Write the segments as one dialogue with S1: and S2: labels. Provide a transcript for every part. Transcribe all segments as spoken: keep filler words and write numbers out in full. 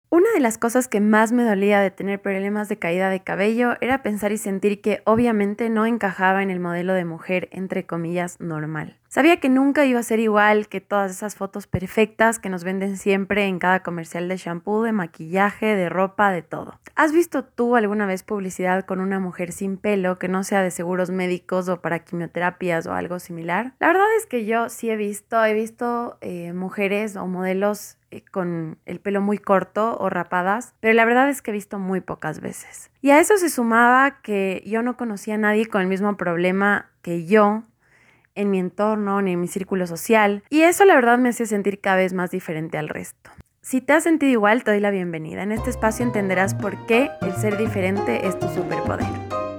S1: Una de las cosas que más me dolía de tener problemas de caída de cabello era pensar y sentir que obviamente no encajaba en el modelo de mujer, entre comillas, normal. Sabía que nunca iba a ser igual que todas esas fotos perfectas que nos venden siempre en cada comercial de shampoo, de maquillaje, de ropa, de todo. ¿Has visto tú alguna vez publicidad con una mujer sin pelo que no sea de seguros médicos o para quimioterapias o algo similar? La verdad es que yo sí he visto, he visto eh, mujeres o modelos eh, con el pelo muy corto o rapadas, pero la verdad es que he visto muy pocas veces. Y a eso se sumaba que yo no conocía a nadie con el mismo problema que yo en mi entorno ni en mi círculo social, y eso la verdad me hacía sentir cada vez más diferente al resto. Si te has sentido igual, te doy la bienvenida. En este espacio entenderás por qué el ser diferente es tu superpoder.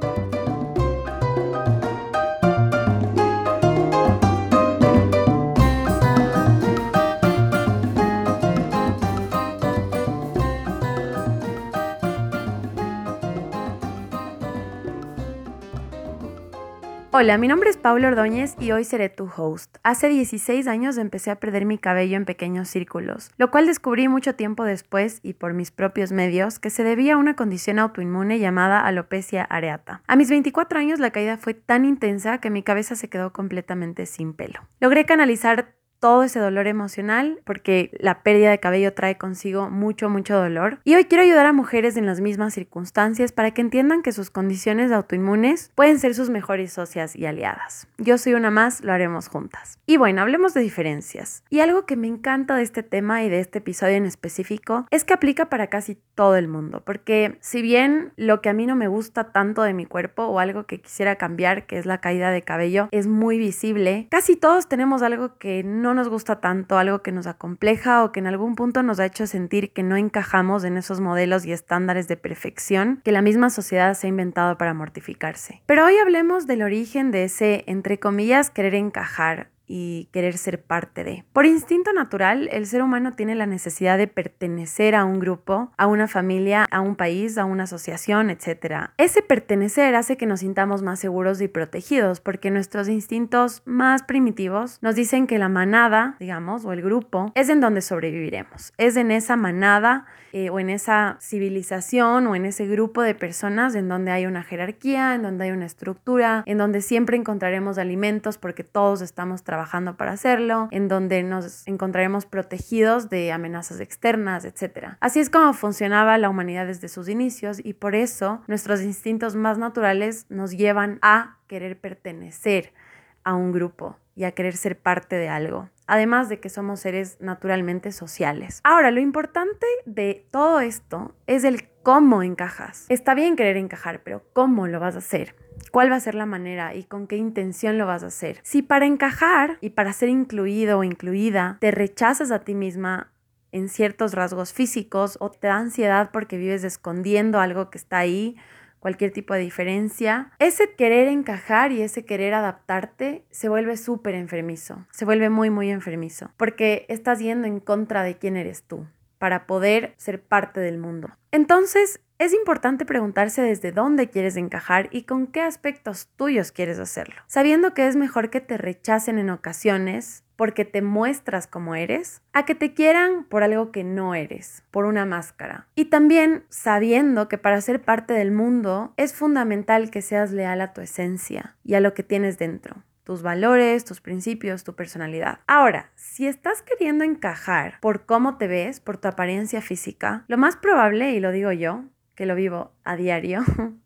S1: Hola, mi nombre es Paula Ordóñez y hoy seré tu host. Hace dieciséis años empecé a perder mi cabello en pequeños círculos, lo cual descubrí mucho tiempo después y por mis propios medios que se debía a una condición autoinmune llamada alopecia areata. A mis veinticuatro años la caída fue tan intensa que mi cabeza se quedó completamente sin pelo. Logré canalizar todo ese dolor emocional, porque la pérdida de cabello trae consigo mucho, mucho dolor. Y hoy quiero ayudar a mujeres en las mismas circunstancias para que entiendan que sus condiciones autoinmunes pueden ser sus mejores socias y aliadas. Yo soy una más, lo haremos juntas. Y bueno, hablemos de diferencias. Y algo que me encanta de este tema y de este episodio en específico es que aplica para casi todo el mundo, porque si bien lo que a mí no me gusta tanto de mi cuerpo o algo que quisiera cambiar, que es la caída de cabello, es muy visible, casi todos tenemos algo que no no nos gusta tanto, algo que nos acompleja o que en algún punto nos ha hecho sentir que no encajamos en esos modelos y estándares de perfección que la misma sociedad se ha inventado para mortificarse. Pero hoy hablemos del origen de ese, entre comillas, querer encajar y querer ser parte de. Por instinto natural, el ser humano tiene la necesidad de pertenecer a un grupo, a una familia, a un país, a una asociación, etcétera. Ese pertenecer hace que nos sintamos más seguros y protegidos, porque nuestros instintos más primitivos nos dicen que la manada, digamos, o el grupo, es en donde sobreviviremos. Es en esa manada eh, o en esa civilización o en ese grupo de personas en donde hay una jerarquía, en donde hay una estructura, en donde siempre encontraremos alimentos porque todos estamos trabajando trabajando para hacerlo, en donde nos encontraremos protegidos de amenazas externas, etcétera. Así es como funcionaba la humanidad desde sus inicios y por eso nuestros instintos más naturales nos llevan a querer pertenecer a un grupo y a querer ser parte de algo. Además de que somos seres naturalmente sociales. Ahora, lo importante de todo esto es el cómo encajas. Está bien querer encajar, pero ¿cómo lo vas a hacer? ¿Cuál va a ser la manera y con qué intención lo vas a hacer? Si para encajar y para ser incluido o incluida te rechazas a ti misma en ciertos rasgos físicos o te da ansiedad porque vives escondiendo algo que está ahí, cualquier tipo de diferencia, ese querer encajar y ese querer adaptarte se vuelve súper enfermizo, se vuelve muy muy enfermizo, porque estás yendo en contra de quién eres tú para poder ser parte del mundo. Entonces, es importante preguntarse desde dónde quieres encajar y con qué aspectos tuyos quieres hacerlo, sabiendo que es mejor que te rechacen en ocasiones porque te muestras como eres, a que te quieran por algo que no eres, por una máscara. Y también sabiendo que para ser parte del mundo es fundamental que seas leal a tu esencia y a lo que tienes dentro. Tus valores, tus principios, tu personalidad. Ahora, si estás queriendo encajar por cómo te ves, por tu apariencia física, lo más probable, y lo digo yo, que lo vivo a diario,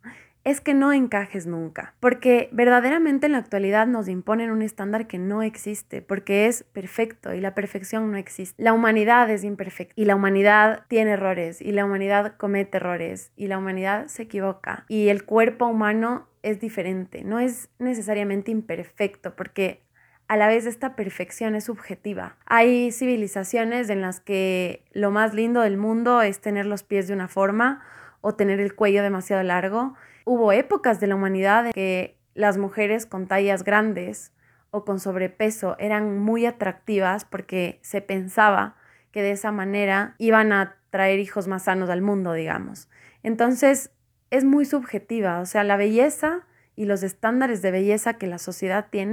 S1: es que no encajes nunca, porque verdaderamente en la actualidad nos imponen un estándar que no existe, porque es perfecto y la perfección no existe. La humanidad es imperfecta y la humanidad tiene errores y la humanidad comete errores y la humanidad se equivoca y el cuerpo humano es diferente, no es necesariamente imperfecto, porque a la vez esta perfección es subjetiva. Hay civilizaciones en las que lo más lindo del mundo es tener los pies de una forma o tener el cuello demasiado largo. Hubo épocas de la humanidad en que las mujeres con tallas grandes o con sobrepeso eran muy atractivas porque se pensaba que de esa manera iban a traer hijos más sanos al mundo, digamos. Entonces, es muy subjetiva, o sea, la belleza y los estándares de belleza que la sociedad tiene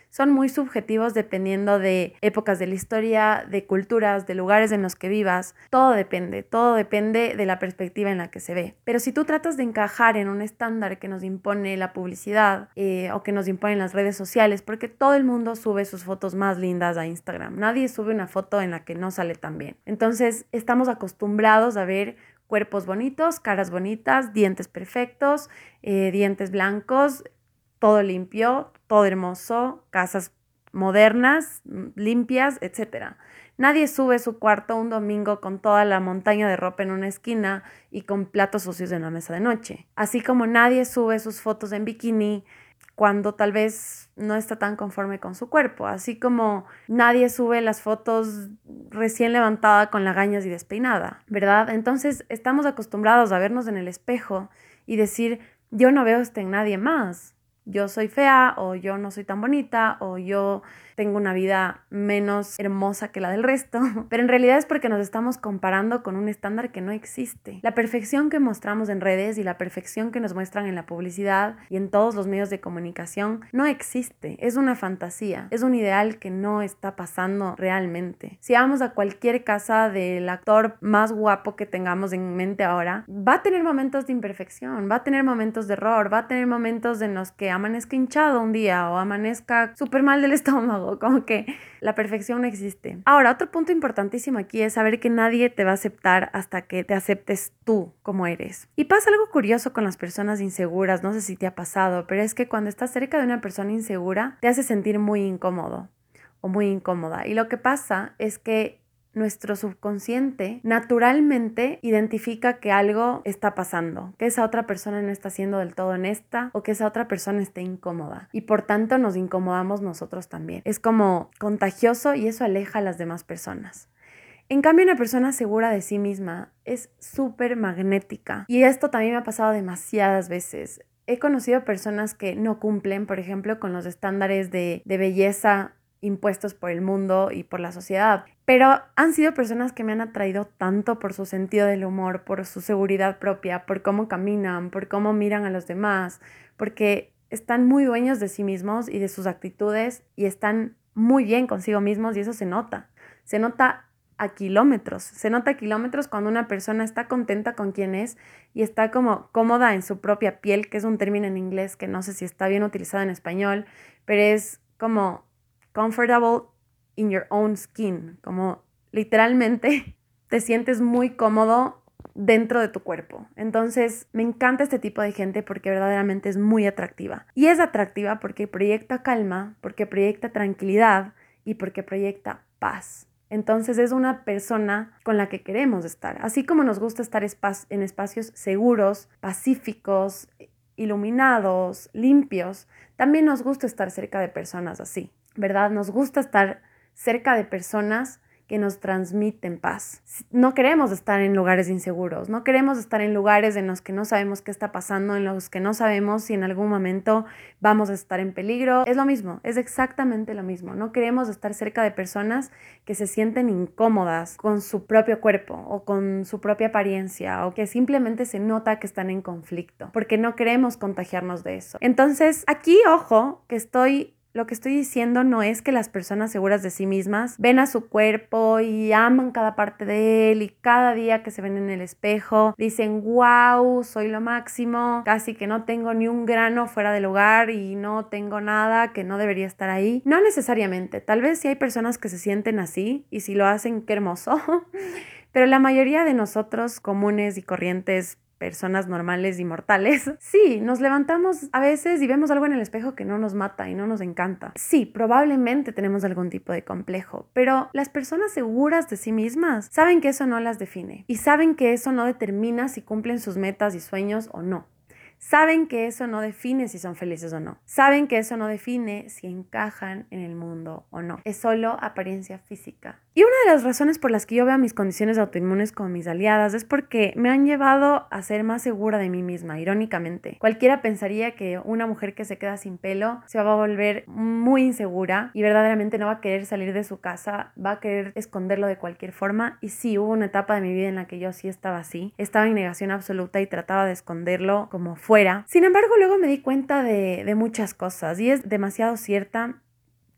S1: son muy subjetivos dependiendo de épocas de la historia, de culturas, de lugares en los que vivas. Todo depende, todo depende de la perspectiva en la que se ve. Pero si tú tratas de encajar en un estándar que nos impone la publicidad eh, o que nos imponen las redes sociales, porque todo el mundo sube sus fotos más lindas a Instagram. Nadie sube una foto en la que no sale tan bien. Entonces, estamos acostumbrados a ver cuerpos bonitos, caras bonitas, dientes perfectos, eh, dientes blancos, todo limpio, todo hermoso, casas modernas, limpias, etcétera. Nadie sube su cuarto un domingo con toda la montaña de ropa en una esquina y con platos sucios en la mesa de noche. Así como nadie sube sus fotos en bikini cuando tal vez no está tan conforme con su cuerpo. Así como nadie sube las fotos recién levantada con lagañas y despeinada, ¿verdad? Entonces estamos acostumbrados a vernos en el espejo y decir, yo no veo esto en nadie más. Yo soy fea, o yo no soy tan bonita, o yo tengo una vida menos hermosa que la del resto, pero en realidad es porque nos estamos comparando con un estándar que no existe. La perfección que mostramos en redes y la perfección que nos muestran en la publicidad y en todos los medios de comunicación no existe, es una fantasía, es un ideal que no está pasando realmente. Si vamos a cualquier casa del actor más guapo que tengamos en mente ahora, va a tener momentos de imperfección, va a tener momentos de error, va a tener momentos en los que amanezca hinchado un día o amanezca súper mal del estómago, como que la perfección no existe. Ahora, otro punto importantísimo aquí es saber que nadie te va a aceptar hasta que te aceptes tú como eres. Y pasa algo curioso con las personas inseguras, no sé si te ha pasado, pero es que cuando estás cerca de una persona insegura, te hace sentir muy incómodo o muy incómoda. Y lo que pasa es que nuestro subconsciente naturalmente identifica que algo está pasando, que esa otra persona no está siendo del todo honesta o que esa otra persona está incómoda y por tanto nos incomodamos nosotros también. Es como contagioso y eso aleja a las demás personas. En cambio, una persona segura de sí misma es súper magnética y esto también me ha pasado demasiadas veces. He conocido personas que no cumplen, por ejemplo, con los estándares de, de belleza impuestos por el mundo y por la sociedad, pero han sido personas que me han atraído tanto por su sentido del humor, por su seguridad propia, por cómo caminan, por cómo miran a los demás, porque están muy dueños de sí mismos y de sus actitudes y están muy bien consigo mismos y eso se nota, se nota a kilómetros, se nota a kilómetros cuando una persona está contenta con quien es y está como cómoda en su propia piel, que es un término en inglés que no sé si está bien utilizado en español, pero es como comfortable in your own skin, como literalmente te sientes muy cómodo dentro de tu cuerpo. Entonces me encanta este tipo de gente porque verdaderamente es muy atractiva. Y es atractiva porque proyecta calma, porque proyecta tranquilidad y porque proyecta paz. Entonces es una persona con la que queremos estar. Así como nos gusta estar en espacios seguros, pacíficos, iluminados, limpios, también nos gusta estar cerca de personas así, ¿verdad? Nos gusta estar cerca de personas que nos transmiten paz. No queremos estar en lugares inseguros, no queremos estar en lugares en los que no sabemos qué está pasando, en los que no sabemos si en algún momento vamos a estar en peligro. Es lo mismo, es exactamente lo mismo. No queremos estar cerca de personas que se sienten incómodas con su propio cuerpo o con su propia apariencia o que simplemente se nota que están en conflicto, porque no queremos contagiarnos de eso. Entonces, aquí, ojo, que estoy... Lo que estoy diciendo no es que las personas seguras de sí mismas ven a su cuerpo y aman cada parte de él y cada día que se ven en el espejo dicen, wow, soy lo máximo, casi que no tengo ni un grano fuera del lugar y no tengo nada que no debería estar ahí. No necesariamente, tal vez sí hay personas que se sienten así y si lo hacen, qué hermoso, pero la mayoría de nosotros comunes y corrientes, personas normales y mortales, sí, nos levantamos a veces y vemos algo en el espejo que no nos mata y no nos encanta. Sí, probablemente tenemos algún tipo de complejo, pero las personas seguras de sí mismas saben que eso no las define y saben que eso no determina si cumplen sus metas y sueños o no. Saben que eso no define si son felices o no. Saben que eso no define si encajan en el mundo o no. Es solo apariencia física. Y una de las razones por las que yo veo a mis condiciones autoinmunes como mis aliadas es porque me han llevado a ser más segura de mí misma, irónicamente. Cualquiera pensaría que una mujer que se queda sin pelo se va a volver muy insegura y verdaderamente no va a querer salir de su casa, va a querer esconderlo de cualquier forma. Y sí, hubo una etapa de mi vida en la que yo sí estaba así. Estaba en negación absoluta y trataba de esconderlo como fuera. Sin embargo, luego me di cuenta de, de muchas cosas y es demasiado cierta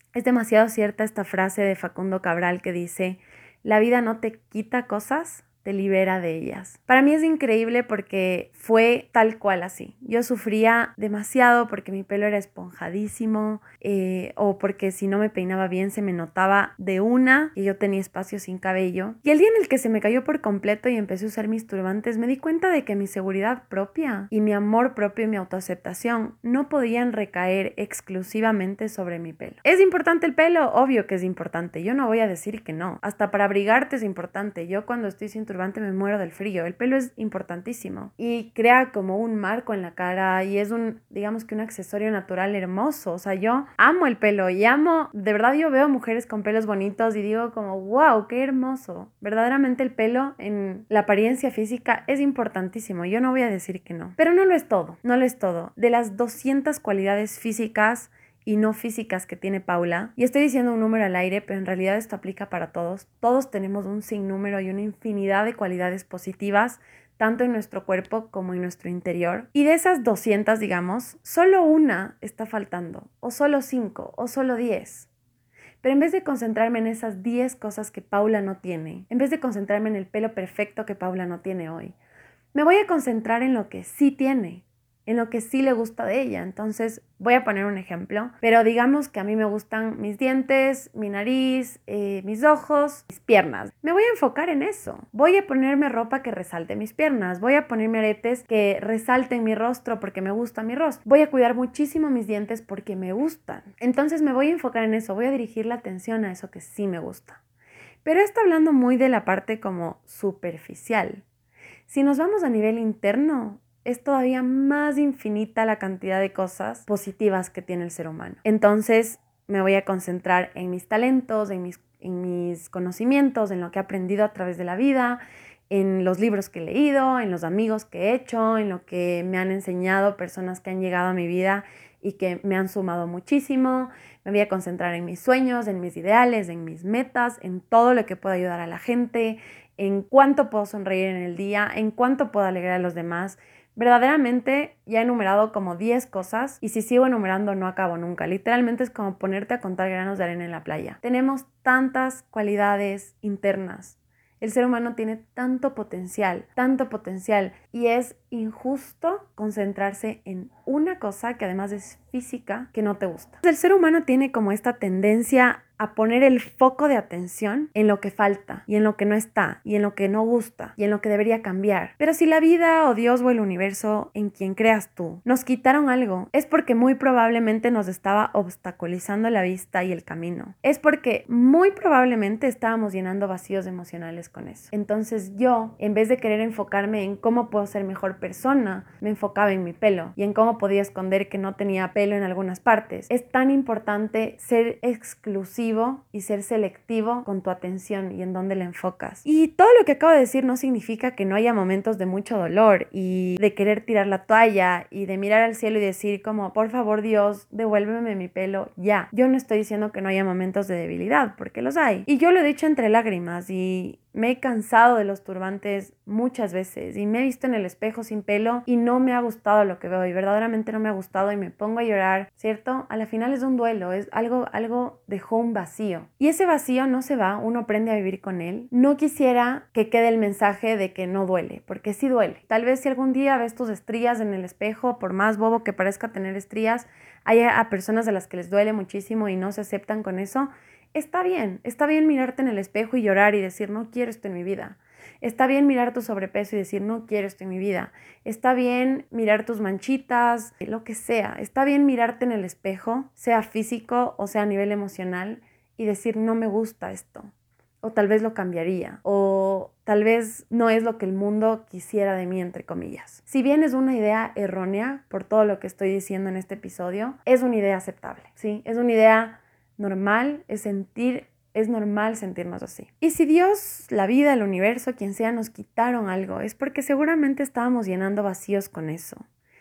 S1: Es demasiado cierta esta frase de Facundo Cabral que dice: la vida no te quita cosas, te libera de ellas. Para mí es increíble porque fue tal cual así. Yo sufría demasiado porque mi pelo era esponjadísimo, eh, o porque si no me peinaba bien se me notaba de una que yo tenía espacio sin cabello. Y el día en el que se me cayó por completo y empecé a usar mis turbantes, me di cuenta de que mi seguridad propia y mi amor propio y mi autoaceptación no podían recaer exclusivamente sobre mi pelo. ¿Es importante el pelo? Obvio que es importante. Yo no voy a decir que no. Hasta para abrigarte es importante. Yo cuando estoy sin turbante me muero del frío. El pelo es importantísimo y crea como un marco en la cara y es un, digamos que un accesorio natural hermoso. O sea, yo amo el pelo y amo, de verdad yo veo mujeres con pelos bonitos y digo como wow, qué hermoso. Verdaderamente el pelo en la apariencia física es importantísimo. Yo no voy a decir que no, pero no lo es todo, no lo es todo. De las doscientas cualidades físicas y no físicas que tiene Paula, y estoy diciendo un número al aire, pero en realidad esto aplica para todos. Todos tenemos un sinnúmero y una infinidad de cualidades positivas, tanto en nuestro cuerpo como en nuestro interior. Y de esas doscientas, digamos, solo una está faltando, o solo cinco, o solo diez. Pero en vez de concentrarme en esas diez cosas que Paula no tiene, en vez de concentrarme en el pelo perfecto que Paula no tiene hoy, me voy a concentrar en lo que sí tiene, en lo que sí le gusta de ella. Entonces voy a poner un ejemplo, pero digamos que a mí me gustan mis dientes, mi nariz, eh, mis ojos, mis piernas. Me voy a enfocar en eso. Voy a ponerme ropa que resalte mis piernas, voy a ponerme aretes que resalten mi rostro porque me gusta mi rostro. Voy a cuidar muchísimo mis dientes porque me gustan. Entonces me voy a enfocar en eso, voy a dirigir la atención a eso que sí me gusta. Pero esto hablando muy de la parte como superficial. Si nos vamos a nivel interno, es todavía más infinita la cantidad de cosas positivas que tiene el ser humano. Entonces me voy a concentrar en mis talentos, en mis, en mis conocimientos, en lo que he aprendido a través de la vida, en los libros que he leído, en los amigos que he hecho, en lo que me han enseñado personas que han llegado a mi vida y que me han sumado muchísimo. Me voy a concentrar en mis sueños, en mis ideales, en mis metas, en todo lo que pueda ayudar a la gente, en cuánto puedo sonreír en el día, en cuánto puedo alegrar a los demás. Verdaderamente ya he enumerado como diez cosas y si sigo enumerando no acabo nunca. Literalmente es como ponerte a contar granos de arena en la playa. Tenemos tantas cualidades internas. El ser humano tiene tanto potencial, tanto potencial y es injusto concentrarse en una cosa que además es física que no te gusta. El ser humano tiene como esta tendencia a poner el foco de atención en lo que falta y en lo que no está y en lo que no gusta y en lo que debería cambiar. Pero si la vida o Dios o el universo en quien creas tú nos quitaron algo, es porque muy probablemente nos estaba obstaculizando la vista y el camino. Es porque muy probablemente estábamos llenando vacíos emocionales con eso. Entonces yo, en vez de querer enfocarme en cómo puedo ser mejor persona, me enfocaba en mi pelo y en cómo podía esconder que no tenía pelo en algunas partes. Es tan importante ser exclusivo y ser selectivo con tu atención y en dónde la enfocas. Y todo lo que acabo de decir no significa que no haya momentos de mucho dolor y de querer tirar la toalla y de mirar al cielo y decir como, por favor Dios, devuélveme mi pelo ya. Yo no estoy diciendo que no haya momentos de debilidad, porque los hay. Y yo lo he dicho entre lágrimas y me he cansado de los turbantes muchas veces y me he visto en el espejo sin pelo y no me ha gustado lo que veo y verdaderamente no me ha gustado y me pongo a llorar, ¿cierto? A la final es un duelo, es algo, algo dejó un vacío y ese vacío no se va, uno aprende a vivir con él. No quisiera que quede el mensaje de que no duele, porque sí duele. Tal vez si algún día ves tus estrías en el espejo, por más bobo que parezca tener estrías, hay a personas a las que les duele muchísimo y no se aceptan con eso. Está bien, está bien mirarte en el espejo y llorar y decir no quiero esto en mi vida. Está bien mirar tu sobrepeso y decir no quiero esto en mi vida. Está bien mirar tus manchitas, lo que sea. Está bien mirarte en el espejo, sea físico o sea a nivel emocional y decir no me gusta esto. O tal vez lo cambiaría. O tal vez no es lo que el mundo quisiera de mí, entre comillas. Si bien es una idea errónea por todo lo que estoy diciendo en este episodio, es una idea aceptable, ¿sí? Es una idea normal, es sentir, es normal sentirnos así. Y si Dios, la vida, el universo, quien sea, nos quitaron algo, es porque seguramente estábamos llenando vacíos con eso.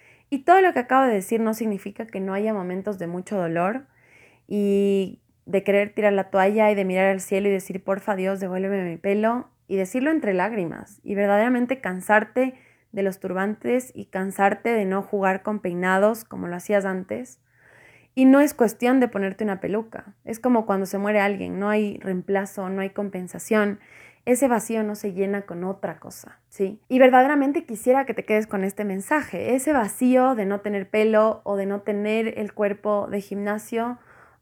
S1: Y todo lo que acabo de decir no significa que no haya momentos de mucho dolor y de querer tirar la toalla y de mirar al cielo y decir, porfa Dios, devuélveme mi pelo, y decirlo entre lágrimas y verdaderamente cansarte de los turbantes y cansarte de no jugar con peinados como lo hacías antes. Y no es cuestión de ponerte una peluca. Es como cuando se muere alguien, no hay reemplazo, no hay compensación. Ese vacío no se llena con otra cosa, ¿sí? Y verdaderamente quisiera que te quedes con este mensaje. Ese vacío de no tener pelo o de no tener el cuerpo de gimnasio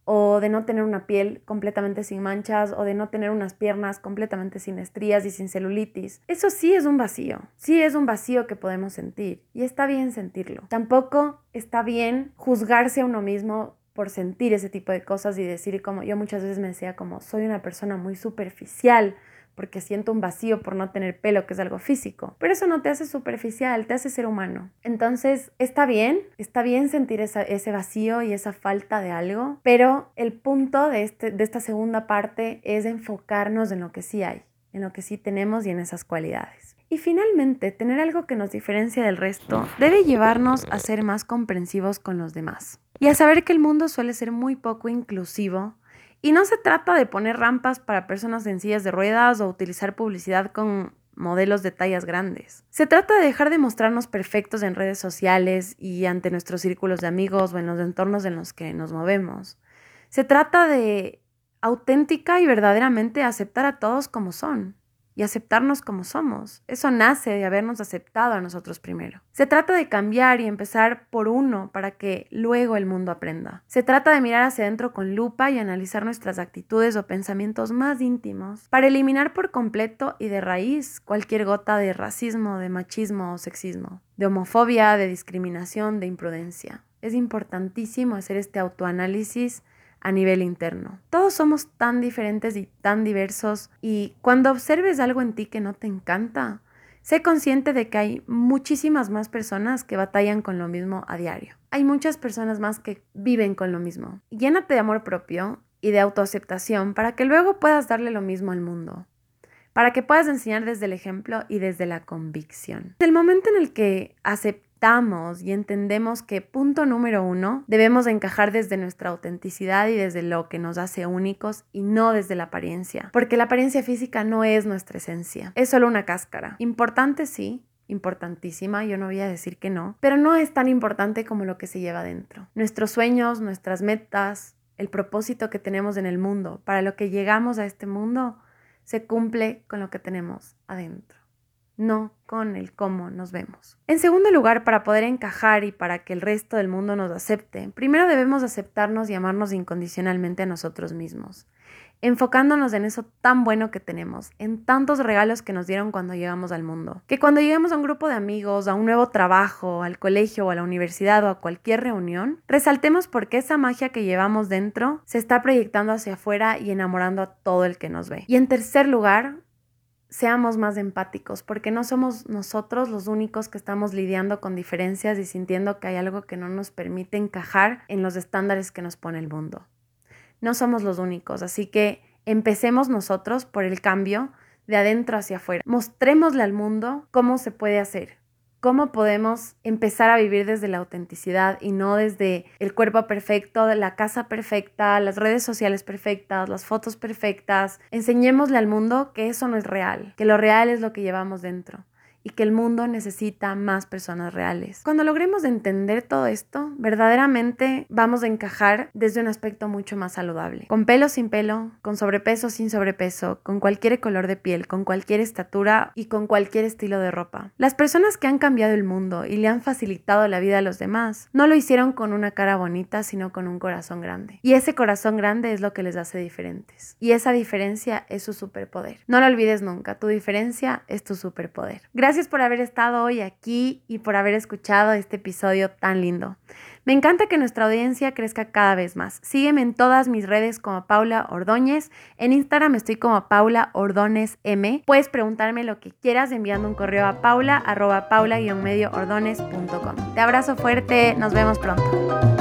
S1: o de no tener una piel completamente sin manchas o de no tener unas piernas completamente sin estrías y sin celulitis. Eso sí es un vacío. Sí es un vacío que podemos sentir y está bien sentirlo. Tampoco está bien juzgarse a uno mismo por sentir ese tipo de cosas y decir, como yo muchas veces me decía, como soy una persona muy superficial porque siento un vacío por no tener pelo, que es algo físico. Pero eso no te hace superficial, te hace ser humano. Entonces, está bien, está bien sentir esa, ese vacío y esa falta de algo, pero el punto de, este, de esta segunda parte es enfocarnos en lo que sí hay, en lo que sí tenemos y en esas cualidades. Y finalmente, tener algo que nos diferencia del resto debe llevarnos a ser más comprensivos con los demás y a saber que el mundo suele ser muy poco inclusivo. Y no se trata de poner rampas para personas en sillas de ruedas o utilizar publicidad con modelos de tallas grandes. Se trata de dejar de mostrarnos perfectos en redes sociales y ante nuestros círculos de amigos o en los entornos en los que nos movemos. Se trata de auténtica y verdaderamente aceptar a todos como son y aceptarnos como somos. Eso nace de habernos aceptado a nosotros primero. Se trata de cambiar y empezar por uno para que luego el mundo aprenda. Se trata de mirar hacia adentro con lupa y analizar nuestras actitudes o pensamientos más íntimos para eliminar por completo y de raíz cualquier gota de racismo, de machismo o sexismo, de homofobia, de discriminación, de imprudencia. Es importantísimo hacer este autoanálisis a nivel interno. Todos somos tan diferentes y tan diversos y cuando observes algo en ti que no te encanta, sé consciente de que hay muchísimas más personas que batallan con lo mismo a diario. Hay muchas personas más que viven con lo mismo. Llénate de amor propio y de autoaceptación para que luego puedas darle lo mismo al mundo. Para que puedas enseñar desde el ejemplo y desde la convicción. Desde el momento en el que aceptamos y entendemos que, punto número uno, debemos encajar desde nuestra autenticidad y desde lo que nos hace únicos y no desde la apariencia, porque la apariencia física no es nuestra esencia, es solo una cáscara. Importante sí, importantísima, yo no voy a decir que no, pero no es tan importante como lo que se lleva dentro. Nuestros sueños, nuestras metas, el propósito que tenemos en el mundo, para lo que llegamos a este mundo, se cumple con lo que tenemos adentro, no con el cómo nos vemos. En segundo lugar, para poder encajar y para que el resto del mundo nos acepte, primero debemos aceptarnos y amarnos incondicionalmente a nosotros mismos, enfocándonos en eso tan bueno que tenemos, en tantos regalos que nos dieron cuando llegamos al mundo. Que cuando lleguemos a un grupo de amigos, a un nuevo trabajo, al colegio o a la universidad o a cualquier reunión, resaltemos por qué esa magia que llevamos dentro se está proyectando hacia afuera y enamorando a todo el que nos ve. Y en tercer lugar, seamos más empáticos, porque no somos nosotros los únicos que estamos lidiando con diferencias y sintiendo que hay algo que no nos permite encajar en los estándares que nos pone el mundo. No somos los únicos, así que empecemos nosotros por el cambio de adentro hacia afuera. Mostrémosle al mundo cómo se puede hacer, cómo podemos empezar a vivir desde la autenticidad y no desde el cuerpo perfecto, la casa perfecta, las redes sociales perfectas, las fotos perfectas. Enseñémosle al mundo que eso no es real, que lo real es lo que llevamos dentro y que el mundo necesita más personas reales. Cuando logremos entender todo esto, verdaderamente vamos a encajar desde un aspecto mucho más saludable. Con pelo sin pelo, con sobrepeso sin sobrepeso, con cualquier color de piel, con cualquier estatura y con cualquier estilo de ropa. Las personas que han cambiado el mundo y le han facilitado la vida a los demás, no lo hicieron con una cara bonita, sino con un corazón grande. Y ese corazón grande es lo que les hace diferentes. Y esa diferencia es su superpoder. No lo olvides nunca, tu diferencia es tu superpoder. Gracias por haber estado hoy aquí y por haber escuchado este episodio tan lindo. Me encanta que nuestra audiencia crezca cada vez más. Sígueme en todas mis redes como Paula Ordóñez. En Instagram estoy como Paula Ordóñez M. Puedes preguntarme lo que quieras enviando un correo a paula arroba paula guion medio ordóñez punto com. Te abrazo fuerte, nos vemos pronto.